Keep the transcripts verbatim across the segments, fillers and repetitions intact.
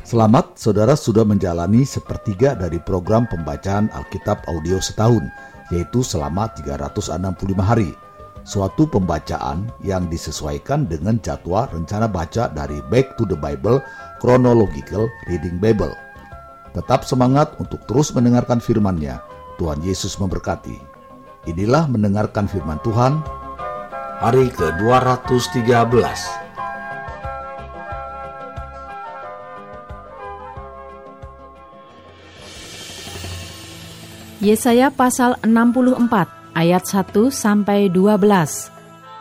Selamat, saudara sudah menjalani sepertiga dari program pembacaan Alkitab audio setahun, yaitu selama tiga ratus enam puluh lima hari. Suatu pembacaan yang disesuaikan dengan jadwal rencana baca dari Back to the Bible Chronological Reading Bible. Tetap semangat untuk terus mendengarkan firman-Nya. Tuhan Yesus memberkati. Inilah mendengarkan firman Tuhan, hari ke dua ratus tiga belas. Yesaya pasal enam puluh empat ayat satu sampai dua belas.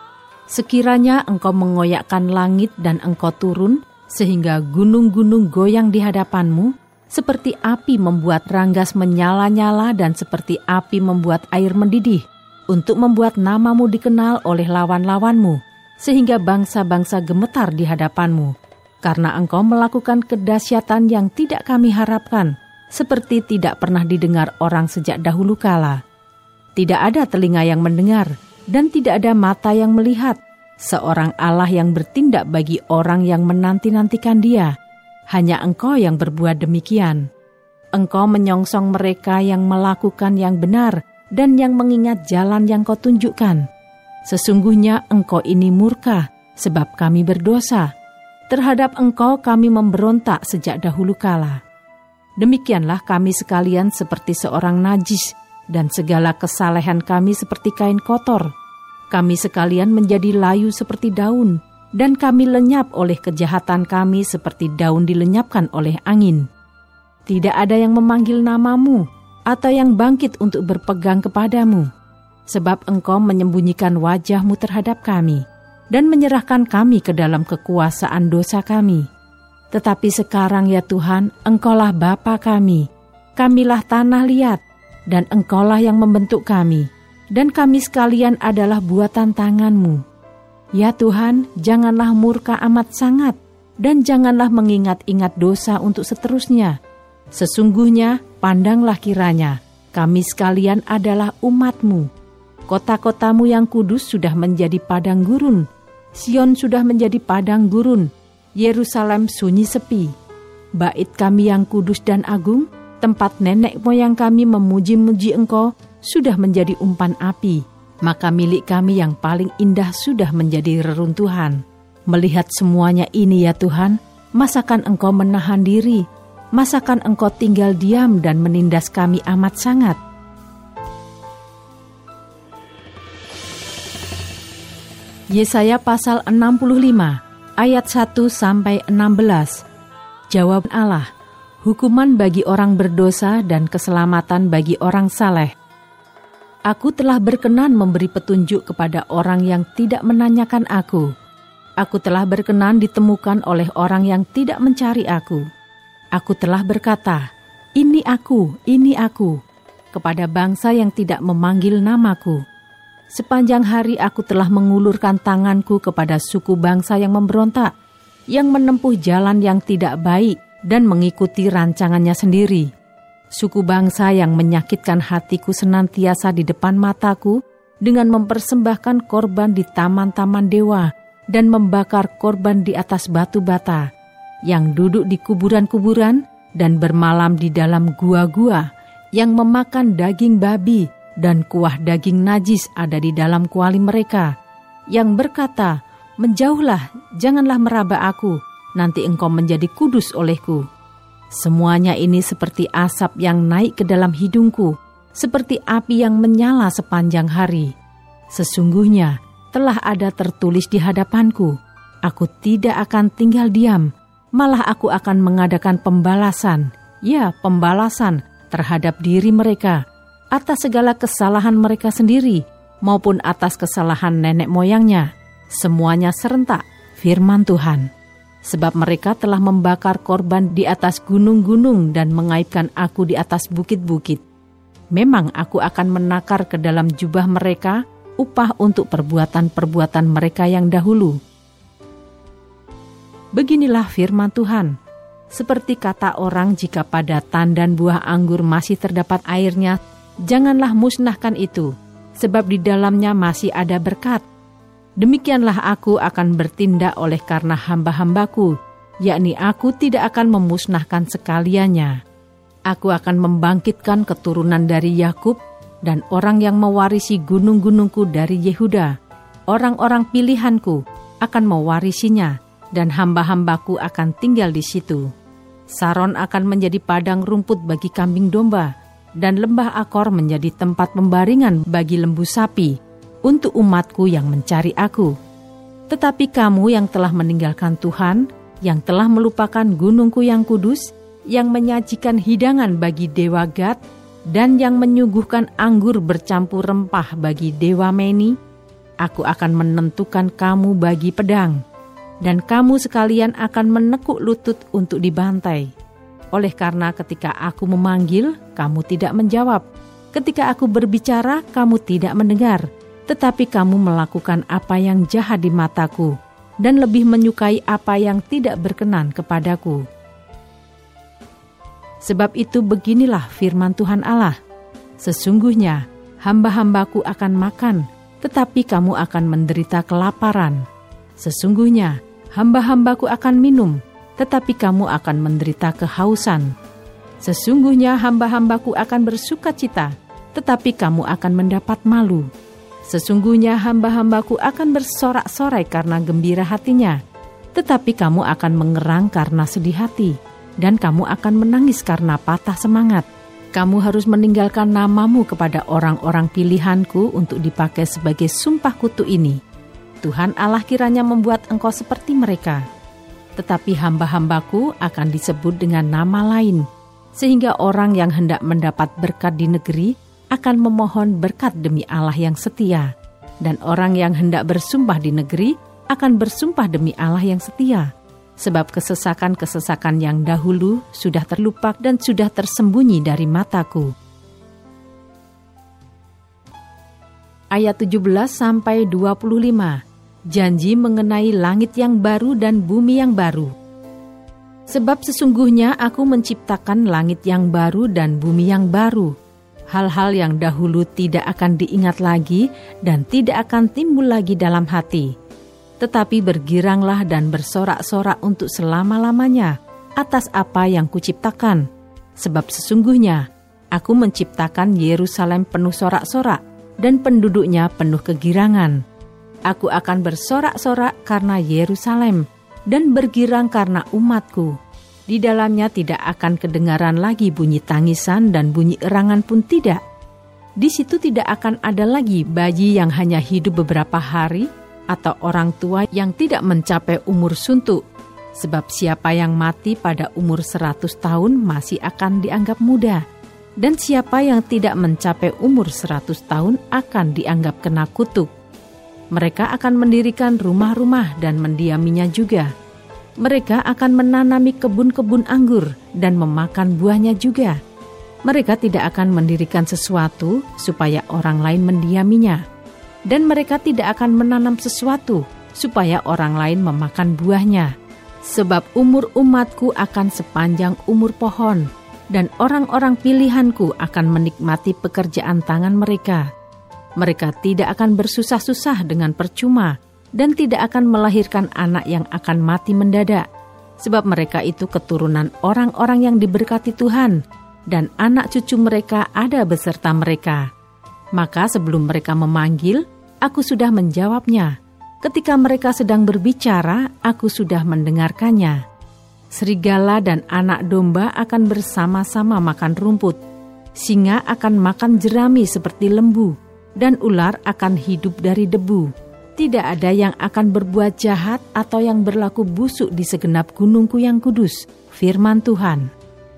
Sekiranya engkau mengoyakkan langit dan engkau turun, sehingga gunung-gunung goyang di hadapanmu, seperti api membuat ranggas menyala-nyala dan seperti api membuat air mendidih, untuk membuat namamu dikenal oleh lawan-lawanmu, sehingga bangsa-bangsa gemetar di hadapanmu, karena engkau melakukan kedahsyatan yang tidak kami harapkan, seperti tidak pernah didengar orang sejak dahulu kala. Tidak ada telinga yang mendengar, dan tidak ada mata yang melihat, seorang Allah yang bertindak bagi orang yang menanti-nantikan Dia. Hanya Engkau yang berbuat demikian. Engkau menyongsong mereka yang melakukan yang benar, dan yang mengingat jalan yang Kau tunjukkan. Sesungguhnya Engkau ini murka, sebab kami berdosa. Terhadap Engkau kami memberontak sejak dahulu kala. Demikianlah kami sekalian seperti seorang najis, dan segala kesalehan kami seperti kain kotor. Kami sekalian menjadi layu seperti daun, dan kami lenyap oleh kejahatan kami seperti daun dilenyapkan oleh angin. Tidak ada yang memanggil namamu, atau yang bangkit untuk berpegang kepadamu, sebab Engkau menyembunyikan wajah-Mu terhadap kami, dan menyerahkan kami ke dalam kekuasaan dosa kami. Tetapi sekarang ya Tuhan, Engkaulah Bapa kami, kamilah tanah liat, dan Engkaulah yang membentuk kami, dan kami sekalian adalah buatan tangan-Mu. Ya Tuhan, janganlah murka amat sangat, dan janganlah mengingat-ingat dosa untuk seterusnya. Sesungguhnya, pandanglah kiranya, kami sekalian adalah umat-Mu. Kota-kotamu yang kudus sudah menjadi padang gurun, Sion sudah menjadi padang gurun, Yerusalem sunyi sepi. Bait kami yang kudus dan agung, tempat nenek moyang kami memuji-muji Engkau, sudah menjadi umpan api. Maka milik kami yang paling indah sudah menjadi reruntuhan. Melihat semuanya ini ya Tuhan, masakan Engkau menahan diri? Masakan Engkau tinggal diam dan menindas kami amat sangat? Yesaya pasal enam puluh lima ayat satu sampai enam belas. Jawab Allah, hukuman bagi orang berdosa dan keselamatan bagi orang saleh. Aku telah berkenan memberi petunjuk kepada orang yang tidak menanyakan aku. Aku telah berkenan ditemukan oleh orang yang tidak mencari aku. Aku telah berkata, ini aku, ini aku, kepada bangsa yang tidak memanggil namaku. Sepanjang hari aku telah mengulurkan tanganku kepada suku bangsa yang memberontak, yang menempuh jalan yang tidak baik dan mengikuti rancangannya sendiri. Suku bangsa yang menyakitkan hatiku senantiasa di depan mataku dengan mempersembahkan korban di taman-taman dewa dan membakar korban di atas batu bata, yang duduk di kuburan-kuburan dan bermalam di dalam gua-gua, yang memakan daging babi, dan kuah daging najis ada di dalam kuali mereka, yang berkata, menjauhlah, janganlah meraba aku, nanti engkau menjadi kudus olehku. Semuanya ini seperti asap yang naik ke dalam hidungku, seperti api yang menyala sepanjang hari. Sesungguhnya telah ada tertulis di hadapanku, aku tidak akan tinggal diam, malah aku akan mengadakan pembalasan, ya pembalasan terhadap diri mereka, atas segala kesalahan mereka sendiri, maupun atas kesalahan nenek moyangnya. Semuanya serentak, firman Tuhan. Sebab mereka telah membakar korban di atas gunung-gunung dan mengaibkan aku di atas bukit-bukit. Memang aku akan menakar ke dalam jubah mereka upah untuk perbuatan-perbuatan mereka yang dahulu. Beginilah firman Tuhan. Seperti kata orang, jika pada tandan buah anggur masih terdapat airnya, janganlah musnahkan itu, sebab di dalamnya masih ada berkat. Demikianlah aku akan bertindak oleh karena hamba-hambaku, yakni aku tidak akan memusnahkan sekaliannya. Aku akan membangkitkan keturunan dari Yakub dan orang yang mewarisi gunung-gunungku dari Yehuda. Orang-orang pilihanku akan mewarisinya dan hamba-hambaku akan tinggal di situ. Saron akan menjadi padang rumput bagi kambing domba dan lembah Akor menjadi tempat pembaringan bagi lembu sapi untuk umatku yang mencari aku. Tetapi kamu yang telah meninggalkan Tuhan, yang telah melupakan gunungku yang kudus, yang menyajikan hidangan bagi dewa Gad, dan yang menyuguhkan anggur bercampur rempah bagi dewa Meni, aku akan menentukan kamu bagi pedang, dan kamu sekalian akan menekuk lutut untuk dibantai. Oleh karena ketika aku memanggil, kamu tidak menjawab. Ketika aku berbicara, kamu tidak mendengar. Tetapi kamu melakukan apa yang jahat di mataku, dan lebih menyukai apa yang tidak berkenan kepadaku. Sebab itu beginilah firman Tuhan Allah, sesungguhnya hamba-hambaku akan makan, tetapi kamu akan menderita kelaparan. Sesungguhnya hamba-hambaku akan minum, tetapi kamu akan menderita kehausan. Sesungguhnya hamba-hambaku akan bersuka cita, tetapi kamu akan mendapat malu. Sesungguhnya hamba-hambaku akan bersorak-sorai karena gembira hatinya, tetapi kamu akan mengerang karena sedih hati. Dan kamu akan menangis karena patah semangat. Kamu harus meninggalkan namamu kepada orang-orang pilihanku untuk dipakai sebagai sumpah kutu ini. Tuhan Allah kiranya membuat engkau seperti mereka. Tetapi hamba-hambaku akan disebut dengan nama lain, sehingga orang yang hendak mendapat berkat di negeri akan memohon berkat demi Allah yang setia. Dan orang yang hendak bersumpah di negeri akan bersumpah demi Allah yang setia. Sebab kesesakan-kesesakan yang dahulu sudah terlupa dan sudah tersembunyi dari mataku. Ayat tujuh belas sampai dua puluh lima. Janji mengenai langit yang baru dan bumi yang baru. Sebab sesungguhnya aku menciptakan langit yang baru dan bumi yang baru. Hal-hal yang dahulu tidak akan diingat lagi dan tidak akan timbul lagi dalam hati. Tetapi bergiranglah dan bersorak-sorak untuk selama-lamanya atas apa yang kuciptakan. Sebab sesungguhnya aku menciptakan Yerusalem penuh sorak-sorak dan penduduknya penuh kegirangan. Aku akan bersorak-sorak karena Yerusalem dan bergirang karena umatku. Di dalamnya tidak akan kedengaran lagi bunyi tangisan dan bunyi erangan pun tidak. Di situ tidak akan ada lagi bayi yang hanya hidup beberapa hari, atau orang tua yang tidak mencapai umur suntuk, sebab siapa yang mati pada umur seratus tahun masih akan dianggap muda, dan siapa yang tidak mencapai umur seratus tahun akan dianggap kena kutuk. Mereka akan mendirikan rumah-rumah dan mendiaminya juga. Mereka akan menanami kebun-kebun anggur dan memakan buahnya juga. Mereka tidak akan mendirikan sesuatu supaya orang lain mendiaminya. Dan mereka tidak akan menanam sesuatu supaya orang lain memakan buahnya. Sebab umur umatku akan sepanjang umur pohon, dan orang-orang pilihanku akan menikmati pekerjaan tangan mereka. Mereka tidak akan bersusah-susah dengan percuma, dan tidak akan melahirkan anak yang akan mati mendadak. Sebab mereka itu keturunan orang-orang yang diberkati Tuhan, dan anak cucu mereka ada beserta mereka. Maka sebelum mereka memanggil, aku sudah menjawabnya. Ketika mereka sedang berbicara, aku sudah mendengarkannya. Serigala dan anak domba akan bersama-sama makan rumput. Singa akan makan jerami seperti lembu, dan ular akan hidup dari debu. Tidak ada yang akan berbuat jahat atau yang berlaku busuk di segenap gunungku yang kudus, firman Tuhan.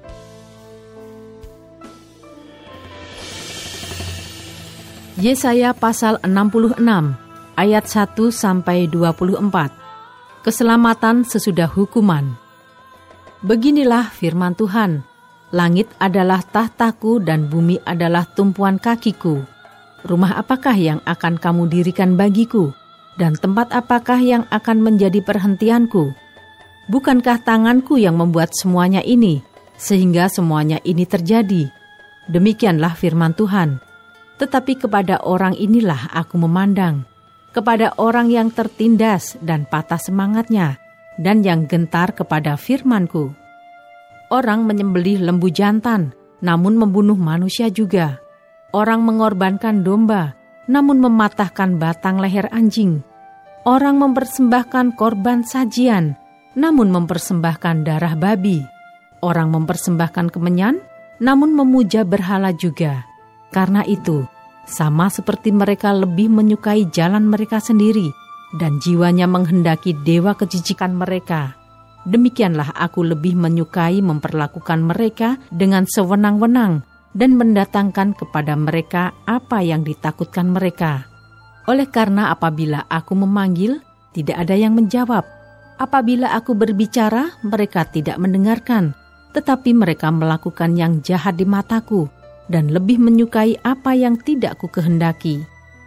Yesaya pasal enam puluh enam, ayat satu sampai dua puluh empat. Keselamatan sesudah hukuman. Beginilah firman Tuhan, langit adalah tahtaku dan bumi adalah tumpuan kakiku. Rumah apakah yang akan kamu dirikan bagiku? Dan tempat apakah yang akan menjadi perhentianku? Bukankah tanganku yang membuat semuanya ini, sehingga semuanya ini terjadi? Demikianlah firman Tuhan. Tetapi kepada orang inilah aku memandang, kepada orang yang tertindas dan patah semangatnya, dan yang gentar kepada firman-Ku. Orang menyembelih lembu jantan, namun membunuh manusia juga. Orang mengorbankan domba, namun mematahkan batang leher anjing. Orang mempersembahkan korban sajian, namun mempersembahkan darah babi. Orang mempersembahkan kemenyan, namun memuja berhala juga. Karena itu, sama seperti mereka lebih menyukai jalan mereka sendiri, dan jiwanya menghendaki dewa kejijikan mereka. Demikianlah aku lebih menyukai memperlakukan mereka dengan sewenang-wenang dan mendatangkan kepada mereka apa yang ditakutkan mereka. Oleh karena apabila aku memanggil, tidak ada yang menjawab. Apabila aku berbicara, mereka tidak mendengarkan, tetapi mereka melakukan yang jahat di mataku dan lebih menyukai apa yang tidak ku kehendaki.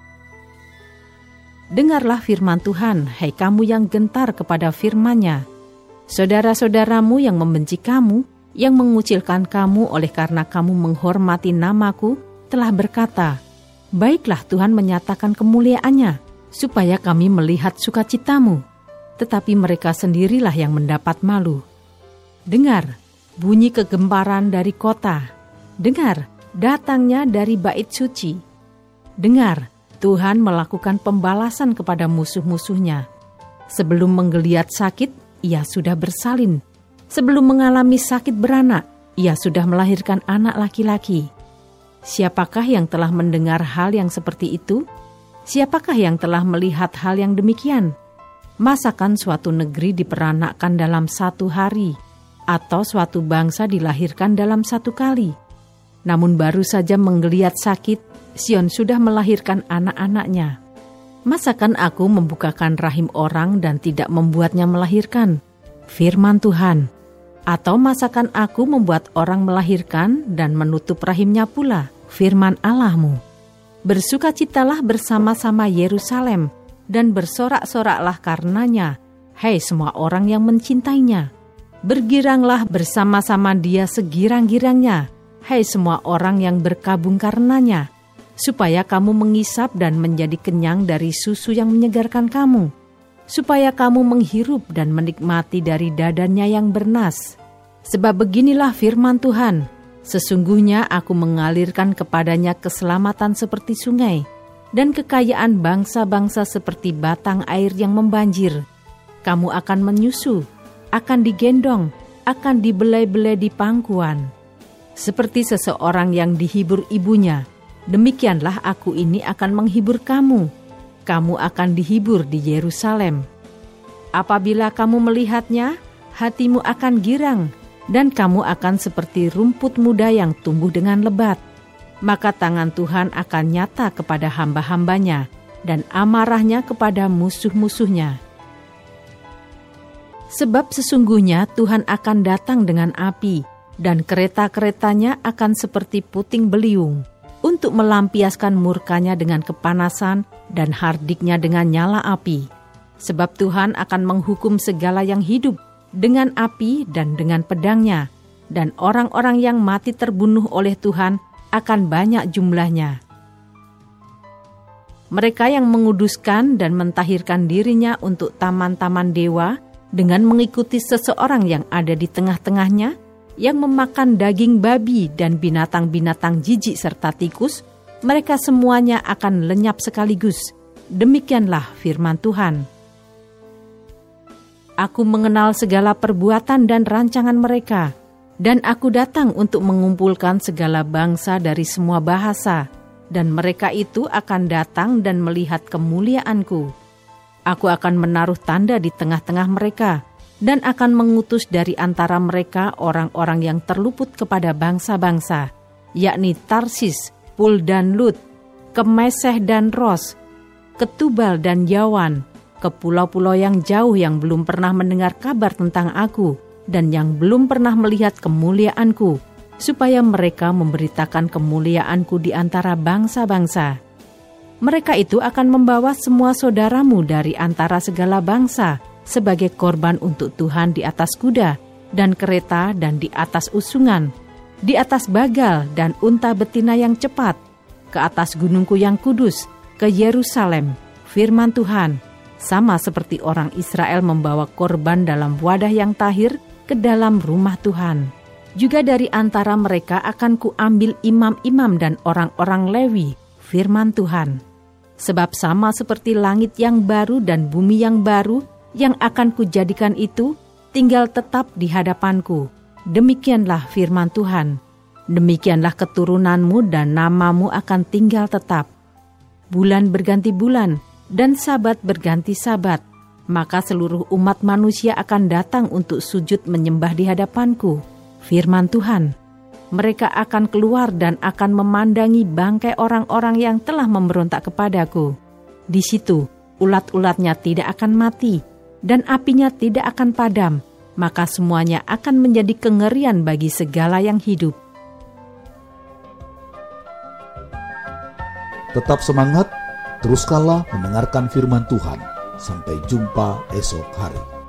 Dengarlah firman Tuhan, hai kamu yang gentar kepada firman-Nya. Saudara-saudaramu yang membenci kamu, yang mengucilkan kamu oleh karena kamu menghormati namaku, telah berkata, baiklah Tuhan menyatakan kemuliaan-Nya, supaya kami melihat sukacitamu. Tetapi mereka sendirilah yang mendapat malu. Dengar, bunyi kegemparan dari kota. Dengar, datangnya dari bait suci. Dengar, Tuhan melakukan pembalasan kepada musuh-musuhnya. Sebelum menggeliat sakit, ia sudah bersalin. Sebelum mengalami sakit beranak, ia sudah melahirkan anak laki-laki. Siapakah yang telah mendengar hal yang seperti itu? Siapakah yang telah melihat hal yang demikian? Masakan suatu negeri diperanakkan dalam satu hari, atau suatu bangsa dilahirkan dalam satu kali? Namun baru saja menggeliat sakit, Sion sudah melahirkan anak-anaknya. Masakan aku membukakan rahim orang dan tidak membuatnya melahirkan? Firman Tuhan. Atau masakan aku membuat orang melahirkan dan menutup rahimnya pula? Firman Allahmu. Bersukacitalah bersama-sama Yerusalem dan bersorak-soraklah karenanya, hai semua orang yang mencintainya. Bergiranglah bersama-sama dia segirang-girangnya, hai semua orang yang berkabung karenanya, supaya kamu mengisap dan menjadi kenyang dari susu yang menyegarkan kamu, supaya kamu menghirup dan menikmati dari dadannya yang bernas. Sebab beginilah firman Tuhan, sesungguhnya aku mengalirkan kepadanya keselamatan seperti sungai, dan kekayaan bangsa-bangsa seperti batang air yang membanjir. Kamu akan menyusu, akan digendong, akan dibelai-belai di pangkuan. Seperti seseorang yang dihibur ibunya, demikianlah aku ini akan menghibur kamu. Kamu akan dihibur di Yerusalem. Apabila kamu melihatnya, hatimu akan girang, dan kamu akan seperti rumput muda yang tumbuh dengan lebat. Maka tangan Tuhan akan nyata kepada hamba-hambanya, dan amarahnya kepada musuh-musuhnya. Sebab sesungguhnya Tuhan akan datang dengan api, dan kereta-keretanya akan seperti puting beliung, untuk melampiaskan murkanya dengan kepanasan dan hardiknya dengan nyala api. Sebab Tuhan akan menghukum segala yang hidup dengan api dan dengan pedangnya, dan orang-orang yang mati terbunuh oleh Tuhan akan banyak jumlahnya. Mereka yang menguduskan dan mentahirkan dirinya untuk taman-taman dewa dengan mengikuti seseorang yang ada di tengah-tengahnya, yang memakan daging babi dan binatang-binatang jijik serta tikus, mereka semuanya akan lenyap sekaligus. Demikianlah firman Tuhan. Aku mengenal segala perbuatan dan rancangan mereka, dan aku datang untuk mengumpulkan segala bangsa dari semua bahasa, dan mereka itu akan datang dan melihat kemuliaanku. Aku akan menaruh tanda di tengah-tengah mereka, dan akan mengutus dari antara mereka orang-orang yang terluput kepada bangsa-bangsa, yakni Tarsis, Pul dan Lut, ke Meseh dan Ros, ke Tubal dan Yawan, ke pulau-pulau yang jauh yang belum pernah mendengar kabar tentang aku, dan yang belum pernah melihat kemuliaanku, supaya mereka memberitakan kemuliaanku di antara bangsa-bangsa. Mereka itu akan membawa semua saudaramu dari antara segala bangsa, sebagai korban untuk Tuhan di atas kuda, dan kereta dan di atas usungan, di atas bagal dan unta betina yang cepat, ke atas gunungku yang kudus, ke Yerusalem, firman Tuhan, sama seperti orang Israel membawa korban dalam wadah yang tahir ke dalam rumah Tuhan. Juga dari antara mereka akan kuambil imam-imam dan orang-orang Lewi, firman Tuhan. Sebab sama seperti langit yang baru dan bumi yang baru yang akan kujadikan itu, tinggal tetap di hadapanku. Demikianlah firman Tuhan. Demikianlah keturunanmu dan namamu akan tinggal tetap. Bulan berganti bulan, dan sabat berganti sabat. Maka seluruh umat manusia akan datang untuk sujud menyembah di hadapanku. Firman Tuhan, mereka akan keluar dan akan memandangi bangkai orang-orang yang telah memberontak kepadaku. Di situ ulat-ulatnya tidak akan mati, dan apinya tidak akan padam, maka semuanya akan menjadi kengerian bagi segala yang hidup. Tetap semangat, teruskanlah mendengarkan firman Tuhan. Sampai jumpa esok hari.